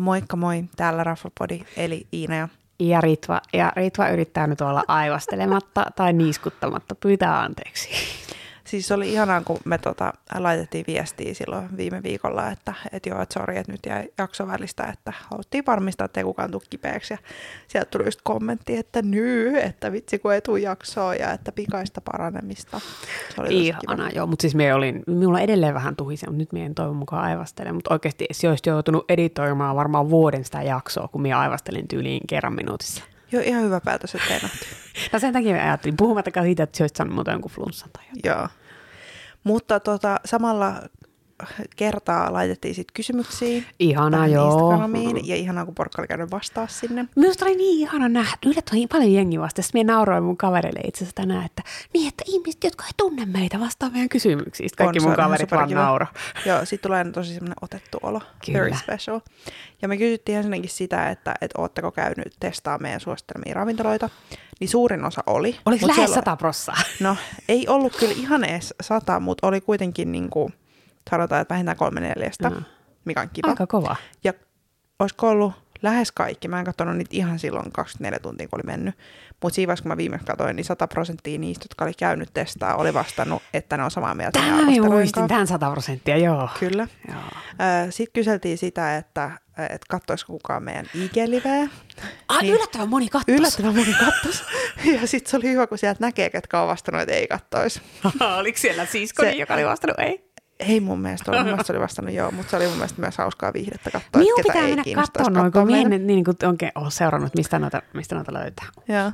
Moikka moi, täällä Raffapodi, eli Iina ja Ritva. Ja Ritva yrittää nyt olla aivastelematta tai niiskuttamatta, pyytää anteeksi. Siis oli ihanaa, kun me laitettiin viestiä silloin viime viikolla, että joo, että sori, että nyt jäi jakso välistä, että haluttiin varmistaa, että ei kukaan tule kipeäksi. Ja sieltä tuli just kommentti, että että vitsi kun ei tule jaksoa ja että pikaista paranemista. Se oli ihanaa, joo, mutta siis minulla edelleen vähän tuhisen, mutta nyt minä en toivon mukaan aivastele, mutta oikeasti se olisi joutunut editoimaan varmaan vuoden sitä jaksoa, kun minä aivastelin tyyliin kerran minuutissa. Joo, ihan hyvä päätös, että ei nähty. No sen takia ajattelin, puhumattakaan siitä, että se olisi saanut muuta jonkun flunssan tai jotain. Joo, mutta samalla kertaa laitettiin sitten kysymyksiä. Ihanaa, joo. Instagramiin, ja ihanaa, kun porkka oli käynyt vastaa sinne. Minusta oli niin ihana nähdä. Yllättävän paljon jengi vastasi. Minä nauroin mun kavereille itse asiassa tänään, että ihmiset, jotka ei tunne meitä, vastaa meidän kysymyksistä. Kaikki mun kaverit vaan nauro. Joo, sit tulee tosi semmoinen otettu olo. Kyllä. Very special. Ja me kysyttiin ensinnäkin sitä, että ootteko käynyt testaamaan meidän suosittelemia ravintoloita. Niin suurin osa oli. Oliko lähes 100%? No, ei ollut kyllä ihan edes 100, mutta oli kuitenkin niinku, sanotaan, että vähintään 3/4, mikä on kiva. Aika kova. Ja olisiko ollut lähes kaikki. Mä en katsonut niitä ihan silloin 24 tuntia, kun oli mennyt. Mutta siinä vaiheessa, kun mä viimeksi katsoin, niin 100% niistä, jotka oli käynyt testaa, oli vastannut, että ne on samaa mieltä. Tämä minä muistin, tämän 100%, joo. Kyllä. Joo. Sitten kyseltiin sitä, että katsoisiko kukaan meidän IG-liveä. Niin, yllättävän moni kattos. Yllättävän moni kattos. Ja sitten se oli hyvä, kun sieltä näkee, ketkä on vastannut, että ei kattoisi. Oliko siellä siskoni, joka oli vastannut ei? Ei mun mielestä ole. Mun mielestä oli vastannut joo, mutta se oli mun mielestä myös hauskaa viihdettä katsoa, minun ketä pitää ei mennä kiinnostaisi katsoa katsoa kun meitä. minä niin oikein ole seurannut, mistä noita löytää. Joo.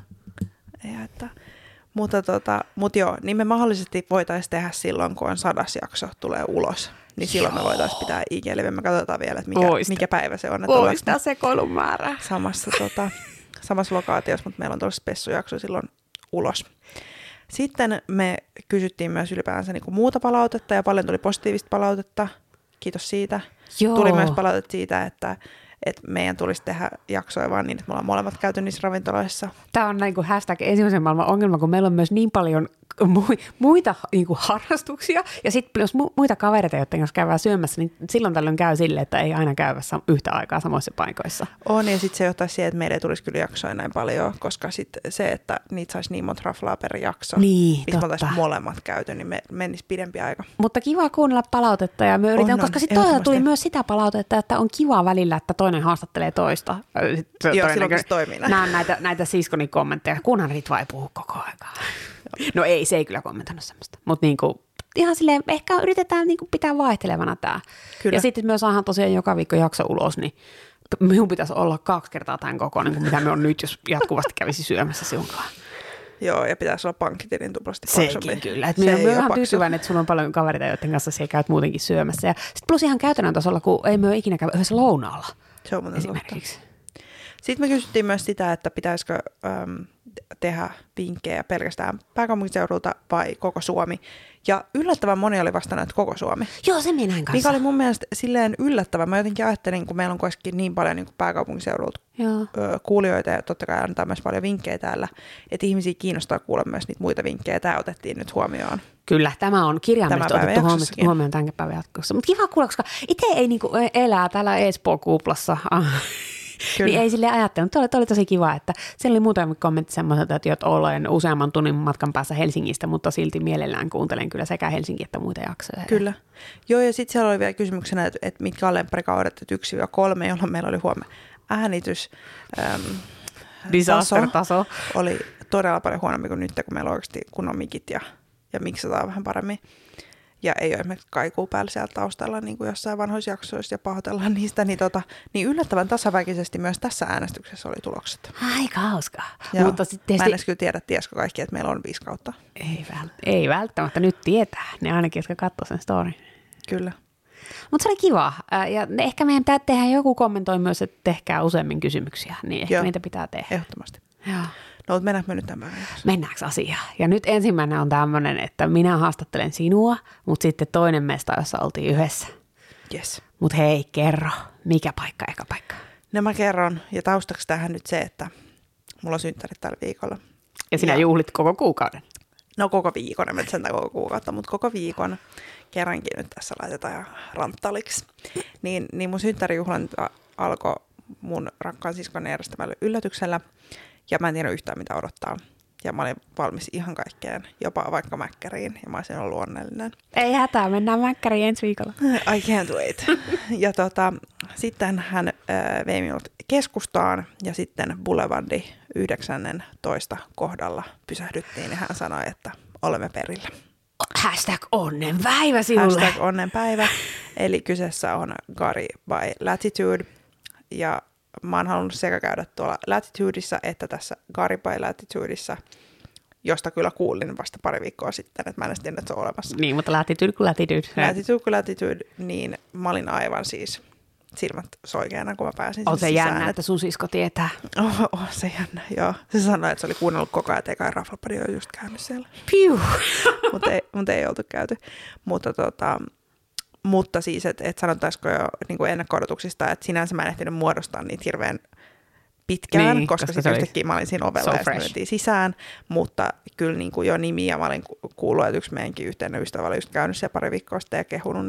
Mutta joo, niin me mahdollisesti voitaisiin tehdä silloin, kun on 100 jakso tulee ulos. Niin silloin me voitaisiin pitää IG-live. Me katsotaan vielä, että mikä päivä se on. Poistaa sekoilun määrää. Samassa lokaatiossa, mutta meillä on tuossa spessujakso silloin ulos. Sitten me kysyttiin myös ylipäänsä niin kuin muuta palautetta ja paljon tuli positiivista palautetta. Kiitos siitä. Joo. Tuli myös palautetta siitä, että meidän tulisi tehdä jaksoja vaan niin, että me ollaan molemmat käyty niissä ravintoloissa. Tämä on niin kuin hashtag ensimmäisen maailman ongelma, kun meillä on myös niin paljon muita niin kuin harrastuksia ja sitten jos muita kavereita, joiden kanssa käydään syömässä, niin silloin tällöin käy silleen, että ei aina käydä yhtä aikaa samoissa paikoissa. On, ja sitten se johtaisi siihen, että meillä ei tulisi kyllä jaksoja näin paljon, koska sitten se, että niitä saisi niin monta raflaa per jakso, missä me oltaisiin molemmat käyty, niin me menisi pidempi aika. Mutta kiva kuunnella palautetta ja me yritän, koska sitten toisaalta tuli myös sitä palautetta, että on kiva välillä, että toinen haastattelee toista. Joo, silloin kun se toimii näin. Näen näitä siskonin kommentteja, kunhan Ritva ei puhu koko aikaa. No ei, se ei kyllä kommentoinut semmoista, mutta niinku, ihan silleen ehkä yritetään niinku pitää vaihtelevana tämä. Ja sitten me saadaan tosiaan joka viikko jakso ulos, niin minun pitäisi olla 2 kertaa tämän kokoinen kuin mitä me on nyt, jos jatkuvasti kävisi syömässä sinunkaan. Joo, ja pitäisi olla pankkitilin tuplasti paksumpi. Sekin kyllä. Että minä olen ihan tyytyväinen, että sulla on paljon kavereita, joiden kanssa siellä käyt muutenkin syömässä. Ja sitten plus ihan käytännön tasolla, kun ei me ole ikinä käydä yhdessä lounaalla. Se on esimerkiksi. Sitten me kysyttiin myös sitä, että pitäisikö tehdä vinkkejä pelkästään pääkaupunkiseudulta vai koko Suomi. Ja yllättävän moni oli vastannut, että koko Suomi. Joo, se minä näin kanssa. Mikä oli mun mielestä silleen yllättävän. Mä jotenkin ajattelin, kun meillä on kuitenkin niin paljon niin kuin pääkaupunkiseudulta kuulijoita ja totta kai annetaan myös paljon vinkkejä täällä, että ihmisiä kiinnostaa kuulla myös niitä muita vinkkejä. Tämä otettiin nyt huomioon. Kyllä, tämä on kirjaimellisesti otettu huomioon tämän päivän jatkossa. Mutta kiva kuulla, koska itse ei niinku elää täällä Espoo-kuplassa. Niin ei silleen ajattelut. Tuo oli tosi kiva, että siellä oli muutama kommentti semmoiselta, että olen useamman tunnin matkan päässä Helsingistä, mutta silti mielellään kuuntelen kyllä sekä Helsinki että muita jaksoja. Kyllä. Joo, ja sitten siellä oli vielä kysymyksenä, että mitkä on lempparikaudet, että 1-3, jolloin meillä oli huomenna äänitys. Disaster-taso. Oli todella paljon huonompi kuin nyt, kun meillä on oikeasti kunnon mikit ja miksataan vähän paremmin. Ja ei ole esimerkiksi kaikuu päällä siellä taustalla niin kuin jossain vanhoissa jaksoissa ja pahoitellaan niistä, niin yllättävän tasaväkisesti myös tässä äänestyksessä oli tulokset. Aika hauskaa. Mutta mä en edes kyllä tiedä, tiesikö kaikki, että meillä on 5 kautta. Ei välttämättä, nyt tietää. Ne ainakin, jotka katsoo sen storin. Kyllä. Mutta se oli kiva. Ja ehkä meidän pitää tehdä, joku kommentoi myös, että tehkää useammin kysymyksiä, niin ehkä niitä pitää tehdä. Ehdottomasti. Joo. No, mutta mennäänkö me nyt tämän päivän? Mennäänkö asiaan? Ja nyt ensimmäinen on tämmöinen, että minä haastattelen sinua, mutta sitten toinen mesta, jossa oltiin yhdessä. Yes. Mutta hei, kerro, mikä paikka, eka paikka? No mä kerron, ja taustaksi tähän nyt se, että mulla on synttärit tällä viikolla. Ja sinä juhlit koko kuukauden? No koko viikon, en sen koko kuukautta, mutta koko viikon kerrankin nyt tässä laitetaan ranttaliksi. Niin mun synttärijuhlan alkoi mun rakkaan siskon järjestämällä yllätyksellä. Ja mä en tiedä yhtään mitä odottaa. Ja mä olin valmis ihan kaikkeen, jopa vaikka mäkkäriin. Ja mä olisin ollut onnellinen. Ei hätää, mennään mäkkäriin ensi viikolla. I can't wait. Ja sitten hän vei minut keskustaan ja sitten Boulevardi 19 kohdalla pysähdyttiin. Ja hän sanoi, että olemme perillä. #onnenpäivä sinulle. #onnenpäivä. Eli kyseessä on Gari by Latitude. Ja mä oon halunnut sekä käydä tuolla Latitudeissa että tässä Gari by Latitudeissa, josta kyllä kuulin vasta pari viikkoa sitten, että mä en edes tiedä, että se on olemassa. Niin, mutta Latitude kuin Latitude. Latitude kuin Latitude, niin mä olin aivan siis silmät soikeana, kun mä pääsin on se sisään. Jännä, että sun sisko tietää. On se jännä, joo. Se sanoi, että se oli kuunnellut koko ajan, että eikä Raflapadi ole just käynyt siellä. Piu! Mutta ei oltu käyty. Mutta siis, että sanottaisiko jo niin ennakko-odotuksista, että sinänsä mä en ehtinyt muodostaa niitä hirveän pitkään, niin, koska sitten yhtäkkiä mä olin siinä ovella ja mentiin sisään, mutta kyllä niin kuin jo nimi ja mä olin kuullut, että yksi meidänkin yhteinen ystävä oli just käynyt siellä pari viikkoa sitten ja kehunut,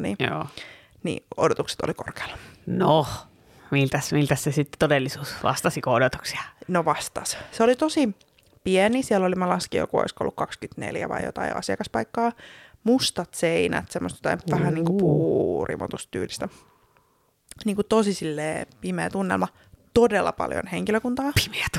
niin odotukset oli korkealla. No, miltäs se sitten todellisuus? Vastasiko odotuksia? No vastas. Se oli tosi pieni, siellä oli, mä laskin joku, olisiko ollut 24 vai jotain asiakaspaikkaa, mustat seinät, semmoista jotain vähän niin kuin puurimotustyylistä. Niin kuin tosi silleen pimeä tunnelma, todella paljon henkilökuntaa.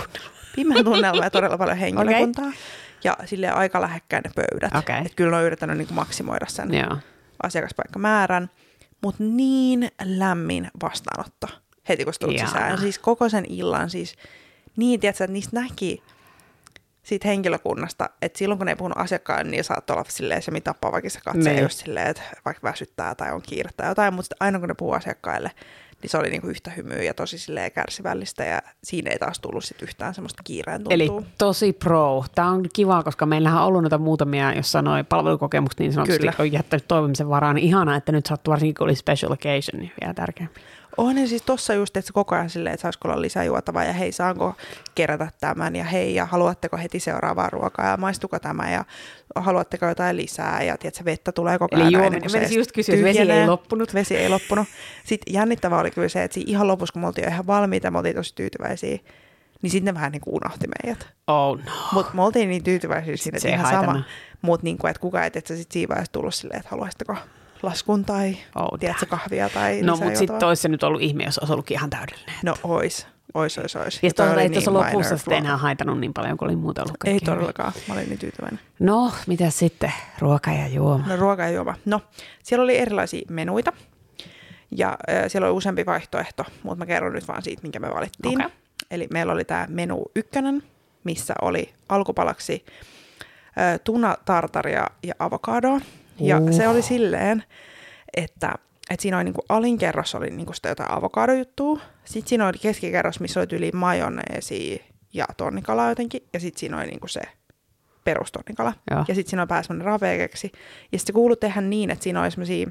Pimeä tunnelma ja todella paljon henkilökuntaa. Okay. Ja silleen aika lähekkäin ne pöydät. Okay. Että kyllä ne on yrittänyt niin kuin maksimoida sen asiakaspaikkamäärän. Mutta niin lämmin vastaanotto heti, kun tulit sisään. Siis koko sen illan siis niin, tiedätkö, että niistä näki siitä henkilökunnasta, että silloin kun ne ei puhunut asiakkaan, niin saattoi olla silleen semi-tappavakin se katsee just silleen, että vaikka väsyttää tai on kiire tai jotain, mutta aina kun ne puhuu asiakkaille, niin se oli niinku yhtä hymyä ja tosi silleen kärsivällistä ja siinä ei taas tullut sit yhtään semmoista kiireen tuntua. Eli tosi pro. Tämä on kiva, koska meillähän on ollut noita muutamia, jos sanoi palvelukokemukset, niin sanotusti on jättänyt toivomisen varaan. Niin ihanaa, että nyt sattuu varsinkin, kun oli special occasion, niin vielä tärkeämpi. On niin siis tossa just, että se koko ajan silleen, että saisiko olla lisäjuotavaa ja hei, saanko kerätä tämän ja hei, ja haluatteko heti seuraavaa ruokaa ja maistuko tämä ja haluatteko jotain lisää ja tiedätkö, vettä tulee koko ajan. Eli juominen, menisi just kysyä, että vesi ei loppunut. Vesi ei loppunut. Sitten jännittävää oli kyllä se, että ihan lopussa, kun me oltiin jo ihan valmiita, me oltiin tosi tyytyväisiä, niin sitten ne vähän niin kuin unohti meidät. Oh no. Mutta me oltiin niin tyytyväisiä siinä, että ihan sama. Mutta niin kuin, että kukaan ei sitten siinä vaiheessa tullut silleen, että haluaisitteko laskun tai tiedätkö, kahvia tai no, mutta sitten olisi se nyt ollut ihme, jos olisi ollutkin ihan täydellinen. No ois. Ja tuolla ei tuossa lopussa sitten enää haitanut niin paljon kuin oli muuta ollut. Ei todellakaan. Mä olin niin tyytyväinen. No, mitä sitten? Ruoka ja juoma. No, ruoka ja juoma. No, siellä oli erilaisia menuita. Ja siellä oli useampi vaihtoehto, mutta mä kerron nyt vaan siitä, minkä me valittiin. Okay. Eli meillä oli tämä menu 1, missä oli alkupalaksi tuna, tartaria ja avokadoa. Ja se oli silleen, että siinä oli niinku alinkerros oli niinku sitä jotain avokadojuttua. Sitten siinä oli keskikerros, missä oli yli majoneesia ja tonnikalaa jotenkin. Ja sitten siinä oli niinku se perustonnikala. Ja sitten siinä oli vähän semmoinen raveekeksi. Ja sitten se kuului tehdä niin, että siinä oli semmoisia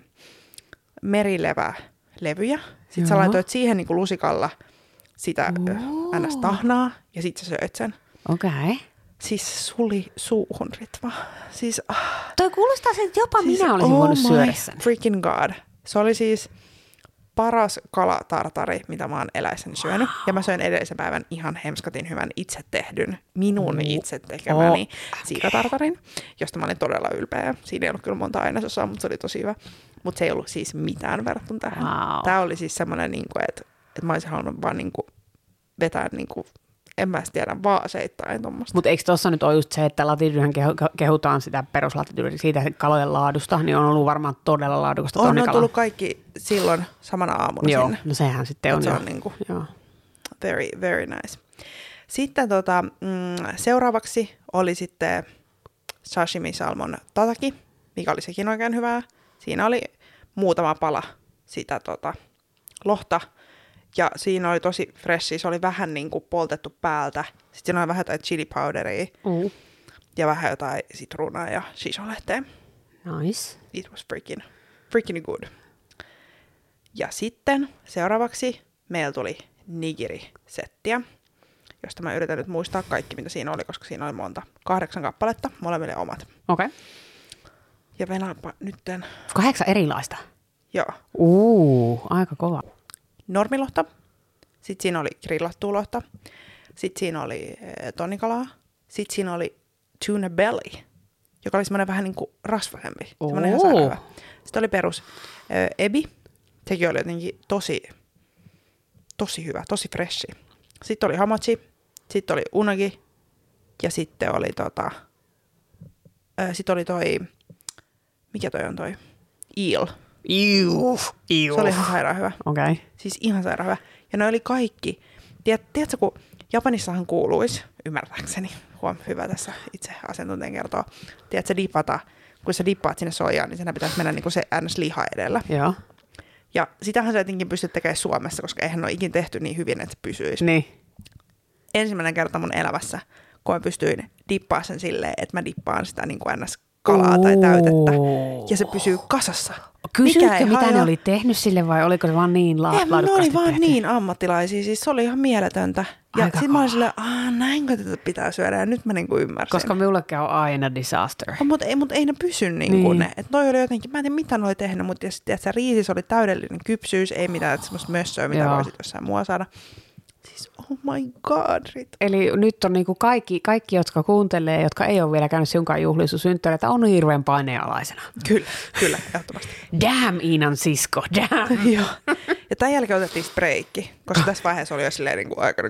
merilevälevyjä. Sitten sä laitoit siihen niinku lusikalla sitä tahnaa ja sitten sä söit sen. Okei. Okay. Siis suli suuhun, Ritva. Siis, toi kuulostaa sen, että jopa siis, minä olisin voinut syödä sen. Freaking god. Se oli siis paras kalatartari, mitä mä oon eläissäni syönyt. Ja mä söin edellisen päivän ihan hemskatin hyvän itse tehdyn, minun itse tekemäni siikatartarin, josta mä olin todella ylpeä. Siinä ei ollut kyllä monta ainesosaa, mutta se oli tosi hyvä. Mutta se ei ollut siis mitään verrattuna tähän. Wow. Tää oli siis semmoinen, että mä olisin halunnut vaan vetää en mä tiedä, vaaseittain tuommoista. Mutta eikö tuossa nyt ole just se, että Latitudehän kehutaan sitä peruslatitudeja siitä kalojen laadusta, niin on ollut varmaan todella laadukasta tonnikala. On tullut kaikki silloin samana aamuna joo, sinne. No sehän sitten on. Se on very, very nice. Sitten seuraavaksi oli sitten sashimi salmon tataki, mikä oli sekin oikein hyvää. Siinä oli muutama pala sitä lohta. Ja siinä oli tosi freshi, se oli vähän niin kuin poltettu päältä. Sitten siinä oli vähän jotain chili powderia ja vähän jotain sitruunaa ja shisolehteä. Nice. It was freaking good. Ja sitten seuraavaksi meillä tuli nigiri-settiä, josta mä yritän nyt muistaa kaikki, mitä siinä oli, koska siinä oli 8 kappaletta, molemmille omat. Okei. Okay. Ja venaanpa nytten. 8 erilaista? Joo. Aika kova. Normilohta, Sitten siinä oli grillattua lohta. Sitten siinä oli tonnikalaa. Sitten siinä oli tuna belly, joka oli semmoinen vähän niin kuin rasvasempi. Semmoinen ihan sairaan hyvä. Sitten oli perus ebi. Sekin oli jotenkin tosi hyvä, tosi freshi. Sitten oli hamachi. Sitten oli unagi. Ja sitten oli sitten oli toi, mikä toi on toi? Eel. Se oli ihan sairaan hyvä. Okay. Siis ihan sairaan hyvä. Ja ne oli kaikki. Tiedätkö, kun Japanissahan kuuluisi, ymmärtääkseni, hyvä tässä itse asiantuntijan kertoo, tiedätkö, dipata, kun sä dippaat sinne soijaan, niin sen pitäisi mennä niin kuin se ns-liha edellä. Joo. Ja sitähän sä jotenkin pystyt tekemään Suomessa, koska eihän ole ikin tehty niin hyvin, että se pysyisi. Niin. Ensimmäinen kerta mun elämässä, kun mä pystyin dippaamaan sen silleen, että mä dippaan sitä niin kuin ns-kalaa tai täytettä, ja se pysyy kasassa. Kysytkö, mitä ne oli tehnyt sille vai oliko se vaan niin laadukkaasti ne oli vaan tehty? niin ammattilaisia, siis se oli ihan mieletöntä. Ja sitten mä olin silleen, näinkö tätä pitää syödä, ja nyt mä niinku ymmärsin. Koska mullekin on aina disaster. Mutta ei ne pysy niin. Ne. Että noi oli jotenkin, mä en tiedä mitä ne oli tehnyt, mutta sitten se riisis oli täydellinen kypsyys, ei mitään semmoista mössöä, mitä voisit jossain mua saada. Siis oh my god, Rita. Eli nyt on niinku kaikki, jotka kuuntelee, jotka ei ole vielä käynyt sinunkaan juhlisuusynttöreitä, on hirveän paineenalaisena. Kyllä, ehdottomasti. Damn, Iinan sisko, damn. Joo. Ja tämän jälkeen otettiin breikki, koska tässä vaiheessa oli jo silleen aika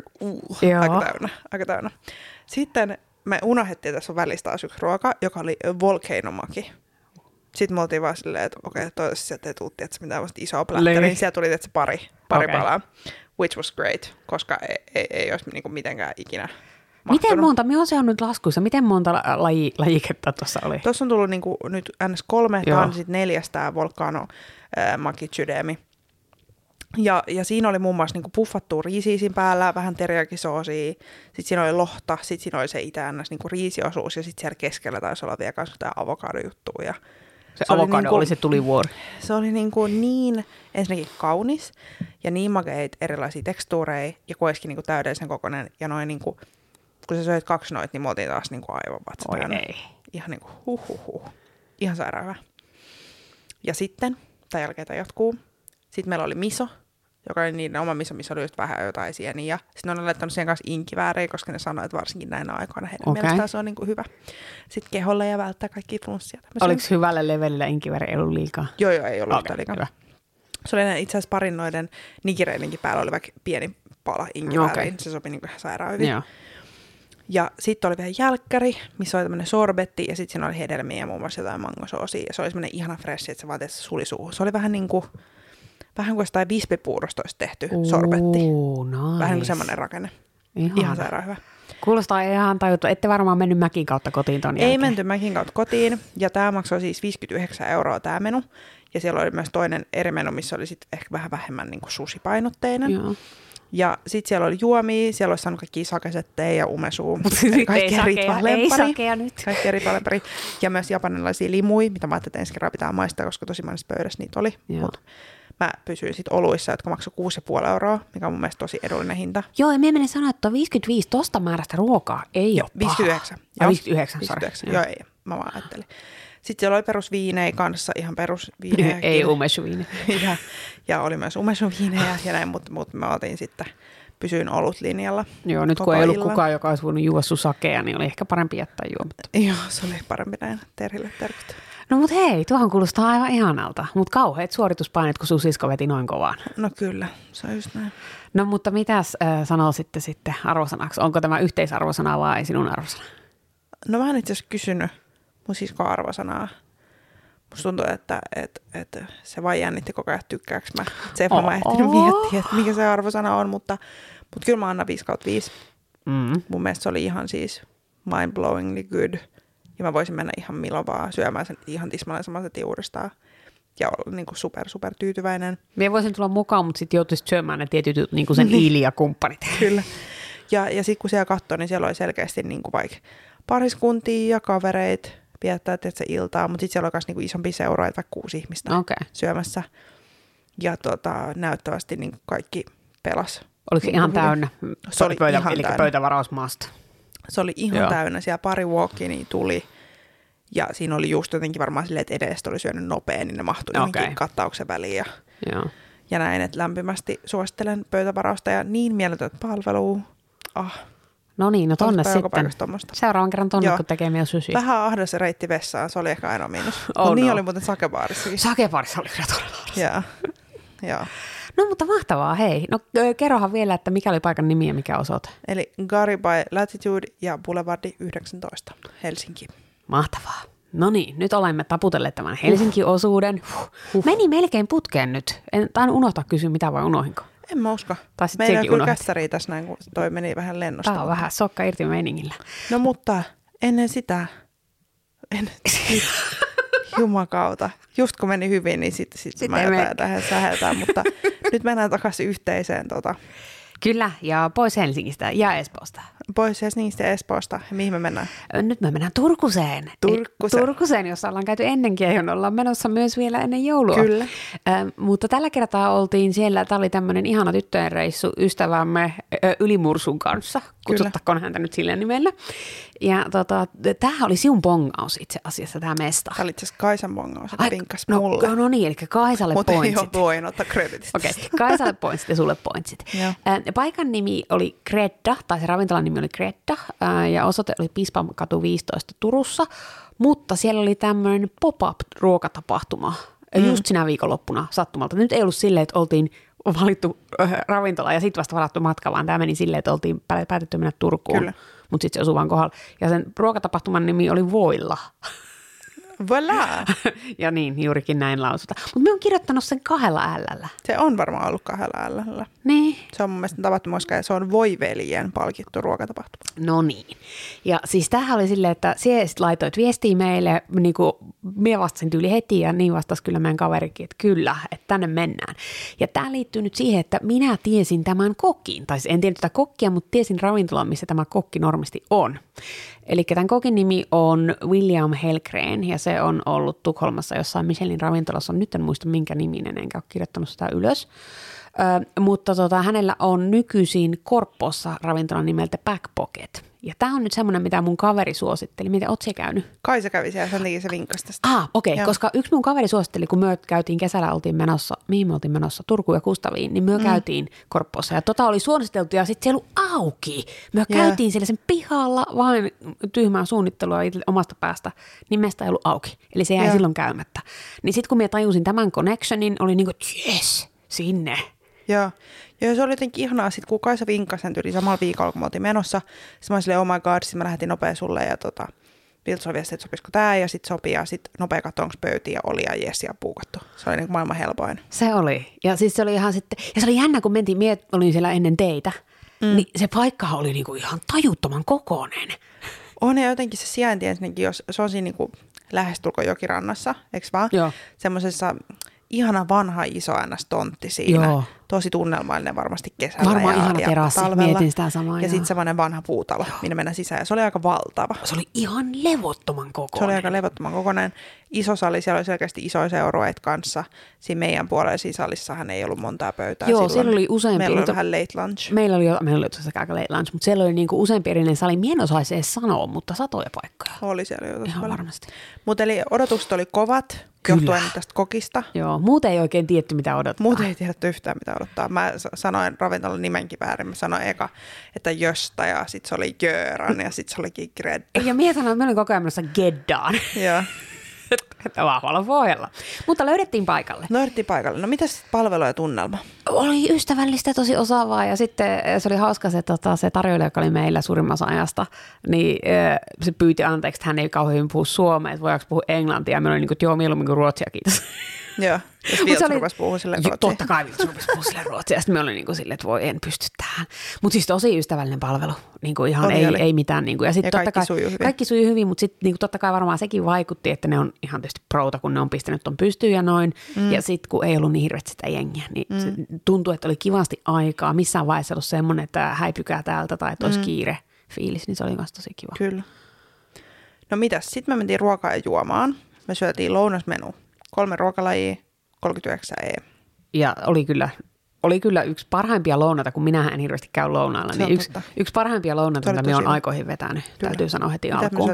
täynnä. Sitten me unohdettiin, että tässä on välistä taas yksi ruoka, joka oli volcano-maki. Sitten me oltiin vaan silleen, että okei, toivottavasti sieltä ei tullut mitään vasta isoa plättäriä, niin sieltä tuli pari palaa. Which was great, koska ei olisi niinku mitenkään ikinä mahtunut. Miten monta, minä olen nyt laskuissa, miten monta lajiketta tuossa oli? Tuossa on tullut niinku nyt NS3, tämä on sitten 4 tämä Volcano Maki Chudemi. Ja siinä oli muun muassa niinku puffattua riisiä siinä päällä, vähän teriyaki-soosia, sitten siinä oli lohta, sitten siinä oli se itä-NS niinku riisiosuus, ja sitten siellä keskellä taisi olla vielä kanssa tämä avokado-juttu. Ja se avokado oli se tulivuori. Se oli niin ensinnäkin kaunis ja niin makeita erilaisia tekstuureja ja kuitenkin niinku täydellisen kokoinen. Ja noin niinku, kun sä söit 2 noita, niin me oltiin taas niinku aivan vatsa. Ihan niinku ihan sairaan hyvä. Ja sitten, tämän jälkeen tämä jatkuu. Sitten meillä oli miso, joka oli niiden oma miso, missä oli just vähän jotain sieniä. Sitten on laittanut siihen kanssa inkiväärejä, koska ne sanoi, että varsinkin näinä aikoina heidän mielestään se on niin kuin hyvä. Sitten keholle ja välttää kaikkia flunssia. Oliko hyvällä levelillä inkivääri, ei ollut liikaa? Joo, ei ollut yhtään liikaa. Hyvä. Se oli itse asiassa parin noiden nigireidenkin päällä oli vaikka pieni pala inkivääriä. Okay. Se sopi niin kuin ihan sairaan hyvin. Joo. Ja sitten oli vielä jälkkäri, missä oli tämmöinen sorbetti, ja sitten siinä oli hedelmiä ja muun muassa jotain mangosoosia. Ja se oli semmoinen ihana fresh, että se vaan teet suli suuhun. Se oli vähän niin kuin jostain vispepuurosta olisi tehty sorbetti. Nice. Vähän niin kuin semmoinen rakenne. Ihan sairaan hyvä. Kuulostaa ihan tajuttu. Ette varmaan mennyt mäkin kautta kotiin ton jälkeen. Ei menty mäkin kautta kotiin. Ja tämä maksoi siis 59 € tämä menu. Ja siellä oli myös toinen eri menu, missä oli sitten ehkä vähän vähemmän niin kuin sushi-painotteinen. Joo. Ja sitten siellä oli juomia, siellä olisi saanut kaikkia sakesetteja ja umesua. Kaikkea ritvaa nyt. Kaikkea ritvaa lempari. Ja myös japanilaisia limuja, mitä mä ajattelin, että ensi kerran pitää maistaa, koska tosi monessa pöydässä niitä oli. Mut mä pysyin sitten oluissa, jotka maksoi 6,5 €, mikä on mun mielestä tosi edullinen hinta. Joo, ja minä menen sanoa, että 55 tosta määrästä ruokaa ei ole 59. Joo, 59, Joo, ei. Mä vaan ajattelin. Sitten siellä oli perusviinejä kanssa, ihan perusviinejä. Ei umeshuviinejä. ja oli myös umeshuviinejä ja näin, mutta me oltiin sitten, pysyin olutlinjalla. Joo, nyt kun ei ollut kukaan, joka olisi voinut juoda sun sakea, niin oli ehkä parempi jättää juomatta. Joo, se oli parempi näin. Terhille terkut. No mut hei, tuohon kuulostaa aivan ihanalta. Mut kauheat suorituspaineet, kun sun sisko veti noin kovaan. No kyllä, se on just näin. No mutta mitäs sanoo sitten arvosanaksi? Onko tämä yhteisarvosana vai sinun arvosana? No mä oon itse asiassa kysynyt mun siskon arvosanaa. Musta tuntuu, että se vaan jännitti koko ajan tykkääks mä. Se mä ehtinyt miettiä, että mikä se arvosana on, mutta kyllä mä annan 5/5. Mun mielestä se oli ihan siis mind-blowingly good. Ja mä voisin mennä ihan milloin vaan syömään sen ihan tismalleen samaiset uudestaan. Ja olla niin kuin super tyytyväinen. Mä voisin tulla mukaan, mutta sitten joutuisit syömään ne tietyt niin kuin sen Iili-kumppanit. Kyllä. Ja sitten kun siellä katsoi, niin siellä oli selkeästi niin kuin vaikka pariskuntia ja kavereita viettää se iltaa. Mutta sitten siellä oli myös niin kuin isompi seura, vaikka 6 ihmistä syömässä. Ja näyttävästi niin kuin kaikki pelas. Oliko se ihan täynnä? Se oli ihan täynnä. Pöytävarausmaasta. Se oli ihan täynnä. Siellä pari walk-inia tuli. Ja siinä oli just jotenkin varmaan silleen, että edestä oli syönyt nopea, niin ne mahtui johonkin kattauksen väliin. Ja näin, että lämpimästi suosittelen pöytävarausta ja niin mieletöntä palvelua. No niin, no tonne sitten. Seuraavan kerran tonne, kun tekee meidän sysiä. Vähän ahdas reitti vessaan, se oli ehkä ainoa miinus. Mutta niin oli muuten Sakebaarissakin. Sakebaarissa oli kyllä todella. Joo. No mutta mahtavaa, hei. No kerrohan vielä, että mikä oli paikan nimi ja mikä osoite. Eli Garibai Latitude ja Boulevardi 19, Helsinki. Mahtavaa. No niin, nyt olemme taputelleet tämän Helsinki-osuuden. Meni melkein putkeen nyt. En tainnut unohtaa kysyä mitä vai unohinko. En mä usko. Meillä on kyllä kässäriä tässä näin, kun toi meni vähän lennosta. Tämä on vähän sokka irti meiningillä. No mutta ennen sitä, jumakauta, just kun meni hyvin, niin sitten mä jätän säheltää, mutta nyt mennään takaisin yhteiseen. Kyllä, ja pois Helsingistä ja Espoosta. Pois Helsingistä ja Espoosta. Ja mihin me mennään? Nyt me mennään Turkuseen. Turkuseen, jossa ollaan käyty ennenkin ja jonne ollaan menossa myös vielä ennen joulua. Kyllä. Mutta tällä kertaa oltiin siellä, tämä oli tämmöinen ihana tyttöjen reissu ystävämme Ylimursun kanssa. Kutsuttakoon häntä nyt sillä nimellä. Ja tämähän oli sinun bongaus itse asiassa, tämä mesta. Tämä oli itse asiassa Kaisan bongaus, että vinkkas mulle. No niin, eli Kaisalle pointsit. Mutta ei ole voin ottaa kreditistä. Okei, Kaisalle pointsit ja sulle pointsit. Paikan nimi oli Gredda, tai se ravintolan nimi oli Gredda, ja osoite oli Pispankatu 15 Turussa, mutta siellä oli tämmöinen pop-up-ruokatapahtuma just sinä viikonloppuna sattumalta. Nyt ei ollut silleen, että oltiin valittu ravintola ja sitten vasta varattu matka, vaan tämä meni silleen, että oltiin päätetty mennä Turkuun, mutta sitten se osui vaan kohdalla. Ja sen ruokatapahtuman nimi oli Voilla. Voilà. Ja niin, juurikin näin lausuta. Mutta me on kirjoittanut sen 2 L:llä. Se on varmaan ollut 2 L:llä. Niin. Se on mun mielestä tapahtuma, koska se on Voiveljen palkittu ruokatapahtuma. No niin. Ja siis tämähän oli silleen, että sinä laitoit viestiä meille, niin kuin minä vastasin tyyli heti ja niin vastasi kyllä meidän kaverikin, että kyllä, että tänne mennään. Ja tämä liittyy nyt siihen, että minä tiesin tämän kokin, tai siis en tiedä tätä kokkia, mutta tiesin ravintolan, missä tämä kokki normisti on. Eli tämän kokin nimi on William Hellgren ja se on ollut Tukholmassa jossain Michelin ravintolassa. Nyt en muista minkä niminen, enkä ole kirjoittanut sitä ylös. Mutta hänellä on nykyisin Korppossa ravintolan nimeltä Backpocket. Ja tämä on nyt semmoinen, mitä mun kaveri suositteli. Miten oot se käynyt? Kai se kävi siellä, sen takia se vinkkasi tästä. Okei, koska yksi mun kaveri suositteli, kun me käytiin kesällä, mihin me oltiin menossa? Turkuun ja Kustaviin, niin me käytiin Korppossa. Ja oli suunniteltu ja sitten se ei ollut auki. Me käytiin siellä sen pihalla, vain tyhmää suunnittelua omasta päästä, niin meistä ei ollut auki. Eli se jäi silloin käymättä. Niin sitten kun me tajusin tämän connectionin, oli niin kuin, yes, sinne. Joo. Ja se oli jotenkin ihanaa, sit kun Kaisa vinkkasi sen tyyli samalla viikolla, kun me oltiin menossa. Sitten mä olin silleen, oh my god, sitten mä lähetin nopea sulle ja Viltso viesti, että sopisiko tää ja sitten sopii ja sitten nopea katso, onko pöytiä oli ja jes ja puukattu. Se oli niin kuin maailman helpoin. Se oli. Ja siis se oli ihan sitten, ja se oli jännä, kun mentiin, minä olin siellä ennen teitä, niin se paikkahan oli niin kuin ihan tajuttoman kokoinen. On ja jotenkin se sijainti ensinnäkin, jos se on siinä niin kuin lähestulkoon jokirannassa, eikö vaan? Joo. Semmoisessa ihana vanha iso tontti siinä. Joo. Tosi tunnelmallinen varmasti kesällä varmaan ihana terassi, talvella. Mietin sitä samaa. Ja sitten semmoinen vanha puutalo, minne mennään sisään. Ja se oli aika valtava. Se oli ihan levottoman kokoinen. Se oli aika levottoman kokoinen. Iso sali, siellä oli selkeästi isoja seurueita kanssa. Siinä meidän puolella sisalissahan ei ollut montaa pöytää joo, silloin. Siellä oli useampi. Meillä oli vähän late lunch. Meillä oli tosiaan aika late lunch, mutta siellä oli niinku useampi erillinen sali. Mie en osaisi edes sanoa, mutta satoja paikkoja. Oli siellä jo ihan varmasti. Mutta eli odotukset oli kovat. Johtuen tästä kokista. Joo, muuten ei oikein tiedetty, mitä odottaa. Muuten ei tiedetty yhtään, mitä odottaa. Mä sanoin ravintolan nimenkin väärin. Mä sanoin eka, että Jöstä ja sitten se oli Göran ja sitten se olikin Gredda. Ja minä sanoin, että mä olin koko ajan menossa Geddaan. Joo. Vahvalla pohjalla. Mutta löydettiin paikalle. No mitäs palvelu ja tunnelma? Oli ystävällistä, tosi osaavaa ja sitten se oli hauska se tarjoilija, joka oli meillä suurimmassa ajasta, niin se pyyti anteeksi, että hän ei kauhean hyvin puhu suomea, että voidaanko puhua englantia. Ja me oli niin kuin, että joo, mieluummin kuin ruotsia, kiitos. Joo, jos Viltsu rupesi puhua silleen ruotsia. Totta kai Viltsu rupesi puhua silleen ruotsia. Ja sitten me oli niin kuin silleen, että voi, en pysty tähän. Mutta siis tosi ystävällinen palvelu. Niin kuin ihan ei mitään. Niin kuin. Ja sitten kaikki sujui hyvin, mutta sitten niin kuin totta kai varmaan sekin vaikutti, että ne on ihan tietysti prouta, kun ne on pistänyt ton pystyyn ja noin. Ja sitten kun ei ollut niin hirveästi sitä jengiä, niin se tuntui, että oli kivasti aikaa. Missään vaiheessa ollut semmoinen, että häipykää täältä tai että olisi kiire fiilis, niin se oli myös tosi kiva. Kyllä. No mitäs? Sitten me mentiin ruokaa ja juomaan. Me syötiin lounasmenu. 3 ruokalajia, 39 €. Ja oli kyllä yksi parhaimpia lounaita, kun minähän en hirveästi käy lounailla, niin yksi parhaimpia lounaita, mitä minä olen aikoihin vetänyt, täytyy sanoa heti alkuun.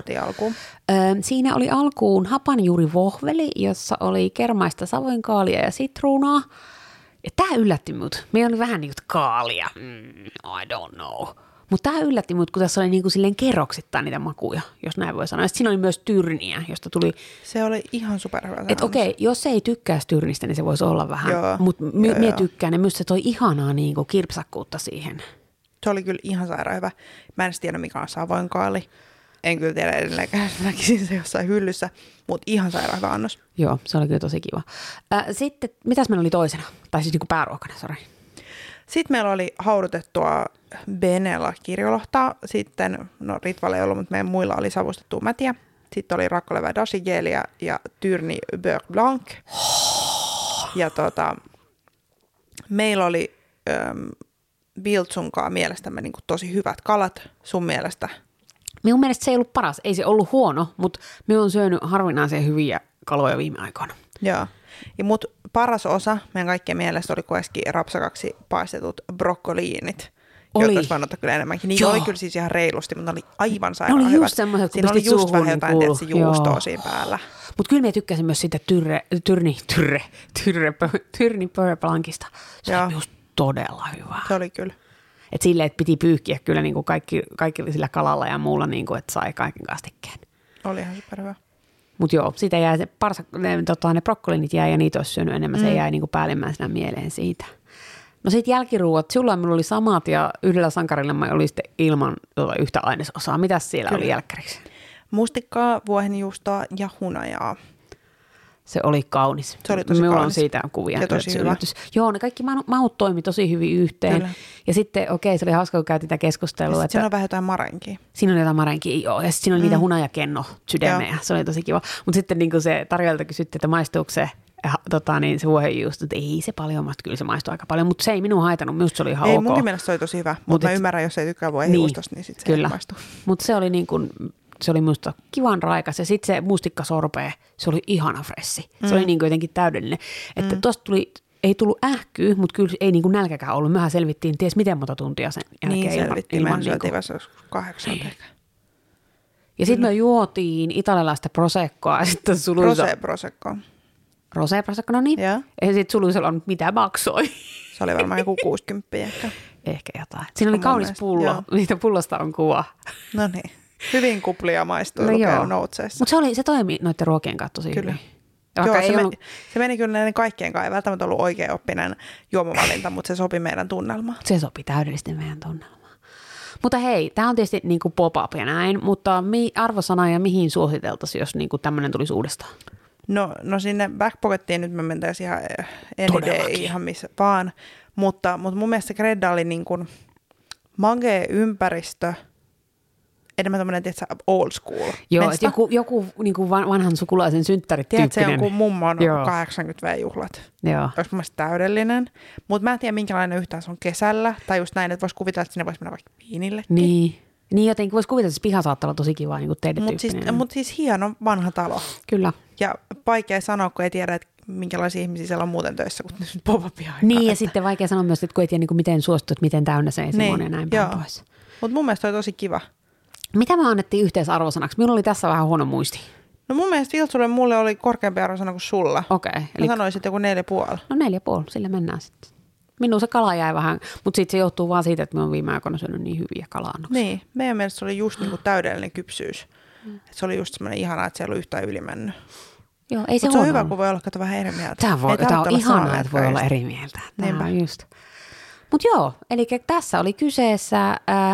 Siinä oli alkuun hapanjuurivohveli, jossa oli kermaista savoinkaalia ja sitruunaa. Tämä yllätti mut. Me oli vähän niin kuin kaalia. I don't know. Mutta tämä yllätti mut, kun tässä oli niin kuin silleen kerroksittain niitä makuja, jos näin voi sanoa. Ja siinä oli myös tyrniä, josta tuli... Se oli ihan superhyvä. Että okei, jos ei tykkää tyrnistä, niin se voisi olla vähän. Mutta minä tykkään, ja myös se toi ihanaa niin kuin kirpsakkuutta siihen. Se oli kyllä ihan sairaan hyvä. Mä en tiedä, mikä on savoinkaali. En kyllä tiedä edelleenkään, näkisin se jossain hyllyssä, mutta ihan sairaan hyvä annos. Joo, se oli kyllä tosi kiva. Sitten, mitäs meillä oli toisena? Tai siis niin kuin pääruokana, sori. Sitten meillä oli haudutettua Benella kirjolohtaa. Sitten, no Ritvala ei ollut, mutta meidän muilla oli savustettua mätiä. Sitten oli rakkolevä dashi-geeliä ja tyrni beurre blanc. Ja meillä oli Biltsunkaan mielestämme niin kuin tosi hyvät kalat. Sun mielestä? Minun mielestä se ei ollut paras. Ei se ollut huono, mutta minä olen syönyt harvinaisen hyviä kaloja viime aikoina. Joo. Mutta paras osa meidän kaikkien mielestä oli kuitenkin rapsakaksi paistetut brokkoliinit. Joita olisi voinut ottaa kyllä enemmänkin. Niitä oli kyllä siis ihan reilusti, mutta ne oli aivan sairaan hyvät. Ne oli just semmoiset, kun pistit suuhun. Siinä oli just vähän jotain juustoa siinä päällä. Mutta kyllä minä tykkäsin myös siitä tyrni beurre blancista. Se oli just todella hyvä. Se oli kyllä. Että silleen, että piti pyyhkiä kyllä niin kuin kaikki sillä kalalla ja muulla, niin kuin, että sai kaiken kastikkeen. Oli ihan superhyvä. Mutta joo, siitä jäi ne brokkolinit jäi ja niitä olisi syönyt enemmän. Se jäi niin kuin päällimmäisenä mieleen siitä. No sitten jälkiruuat. Sulla minulla oli samat ja yhdellä sankarilla oli sitten ilman yhtä ainesosaa. Mitäs siellä oli jälkkäriksi? Mustikkaa, vuohenjuustoa ja hunajaa. Se oli kaunis. Se oli tosi Minulla kaunis. on siitä kuvia. Ja tosi hyvä. Joo, ne kaikki mahut toimi tosi hyvin yhteen. Kyllä. Ja sitten se oli hauska, kun käytiin tätä keskustelua. Siinä on vähän jotain marenkia. Siinä on jotain marenkia, joo. Ja sitten siinä on niitä hunajakenno sydämejä. Se oli tosi kiva. Mutta sitten niin se tarjoilta kysyttiin, että maistuuko se, se vuohenjuusto. Että ei se paljon, mutta kyllä se maistuu aika paljon. Mutta se ei minun haitannut. Minusta se oli ihan ei, ok. munkin mielestä se oli tosi hyvä. Mutta mä ymmärrän, jos ei tykkää vuohenjuustosta, niin sitten se ei maistu. Mutta se oli niin kuin... Se oli minusta kivan raikas ja sitten se mustikkasorbee, se oli ihana fressi. Se oli niin kuin jotenkin täydellinen. Että tuosta ei tullut ähkyä, mutta kyllä ei niin kuin nälkäkään ollut. Mehän selvittiin ties miten monta tuntia sen jälkeen. Niin selvittiin, ilman me syötiin vasta 8. Ja sitten me juotiin italialaista proseccoa ja sitten suluissa... Prosecco. Prosecco, no niin. Ja sitten suluisella on mitä maksoi. Se oli varmaan joku 60 ehkä. Ehkä jotain. Siinä oli kaunis pullo, joo. Niitä pullosta on kuva. No niin. Hyvin kuplia maistuu, no noutseessa. Mutta se toimi noiden ruokien kanssa tosi kyllä. hyvin. Joo, se meni kyllä näiden kaikkien kanssa. Ei välttämättä ollut oikeaoppinen juomavalinta, mutta se sopi meidän tunnelmaan. Se sopi täydellisesti meidän tunnelmaan. Mutta hei, tämä on tietysti niin kuin pop-up ja näin, mutta arvosana ja mihin suositeltaisiin, jos niin kuin tämmöinen tulisi uudestaan? No sinne backpockettiin nyt me mentäisiin ihan any day, ihan missä vaan. Mutta mun mielestä Gredda oli niin kuin magee ympäristö, enemmän tämmöinen, tietysti, old school. Joo, että joku niin kuin vanhan sukulaisen synttärityyppinen. Tiedätkö, se on kuin mummon 80V-juhlat. Joo. Olisi mun mielestä täydellinen. Mutta mä en tiedä, minkälainen yhtään se on kesällä. Tai just näin, että voisi kuvitella, että sinne voisi mennä vaikka viinillekin. Niin jotenkin voisi kuvitella, että se piha saattaa olla tosi kiva niin kuin teidän tyyppinen. Mutta siis hieno vanha talo. Kyllä. Ja vaikea sanoa, kun ei tiedä, että minkälaisia ihmisiä siellä on muuten töissä, kun nyt pop-upia aikaa. Niin, ja sitten vaikea sanoa myös, että kun ei tiedä, niin kuin miten suosittu, että miten täynnä se ei semmoinen ja näin päin pois. Mutta mun mielestä oli tosi kiva. Mitä me annettiin yhteisarvosanaksi? Minulla oli tässä vähän huono muisti. No mun mielestä Viltsulle mulle oli korkeampi arvosana kuin sulla. Okei. Mä sanoin sitten joku 4,5. No 4,5, sillä mennään sitten. Minun se kala jäi vähän, mutta sitten se johtuu vaan siitä, että me on viime aikoina syönyt niin hyviä kala-annoksia. Niin, meidän mielestä se oli just niinku täydellinen kypsyys. Se oli just semmoinen ihanaa, että se ei ollut yhtään ylimennyt. Joo, ei se on hyvä, kun voi olla vähän eri mieltä. Tämä on ihanaa, että voi olla eri mieltä. Tämä on just. Mutta joo, eli tässä oli kyseessä...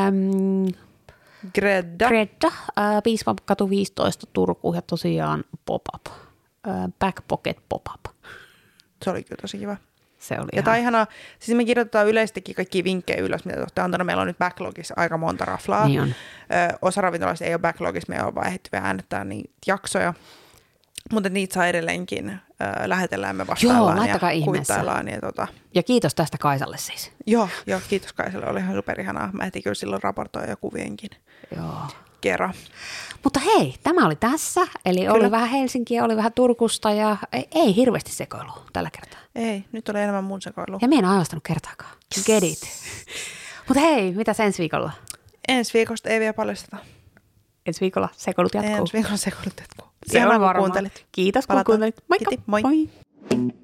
Gredda, Piispakatu 15 Turku ja tosiaan pop-up, backpocket pop-up. Se oli kyllä tosi kiva. Se oli ja tämä on ihanaa, siis me kirjoitetaan yleistäkin kaikkia vinkkejä ylös, mitä te olette antanut. Meillä on nyt backlogissa aika monta raflaa. Niin on. Osa ravintolaista ei ole backlogissa, me on vaan ehditty vielä äänettää niitä jaksoja. Mutta niitä saa edelleenkin lähetellään, me vastaillaan ja kuvittaillaan. Ja kiitos tästä Kaisalle siis. Joo, kiitos Kaisalle, oli ihan superihanaa. Mä ehtin kyllä silloin raportoida kuvienkin kerran. Mutta hei, tämä oli tässä. Eli kyllä. Oli vähän Helsinkiä, oli vähän Turkusta ja ei hirveästi sekoilua tällä kertaa. Ei, nyt oli enemmän mun sekoilua. Ja minä en ajoistanut kertaakaan. Get it. Mutta hei, mitäs ensi viikolla? Ensi viikosta ei vielä paljasteta. Ensi viikolla sekoilut jatkuu. Ensi viikolla sekoilut jatkuu. Se on varma. Kiitos kun kuuntelit. Moikka. Moi.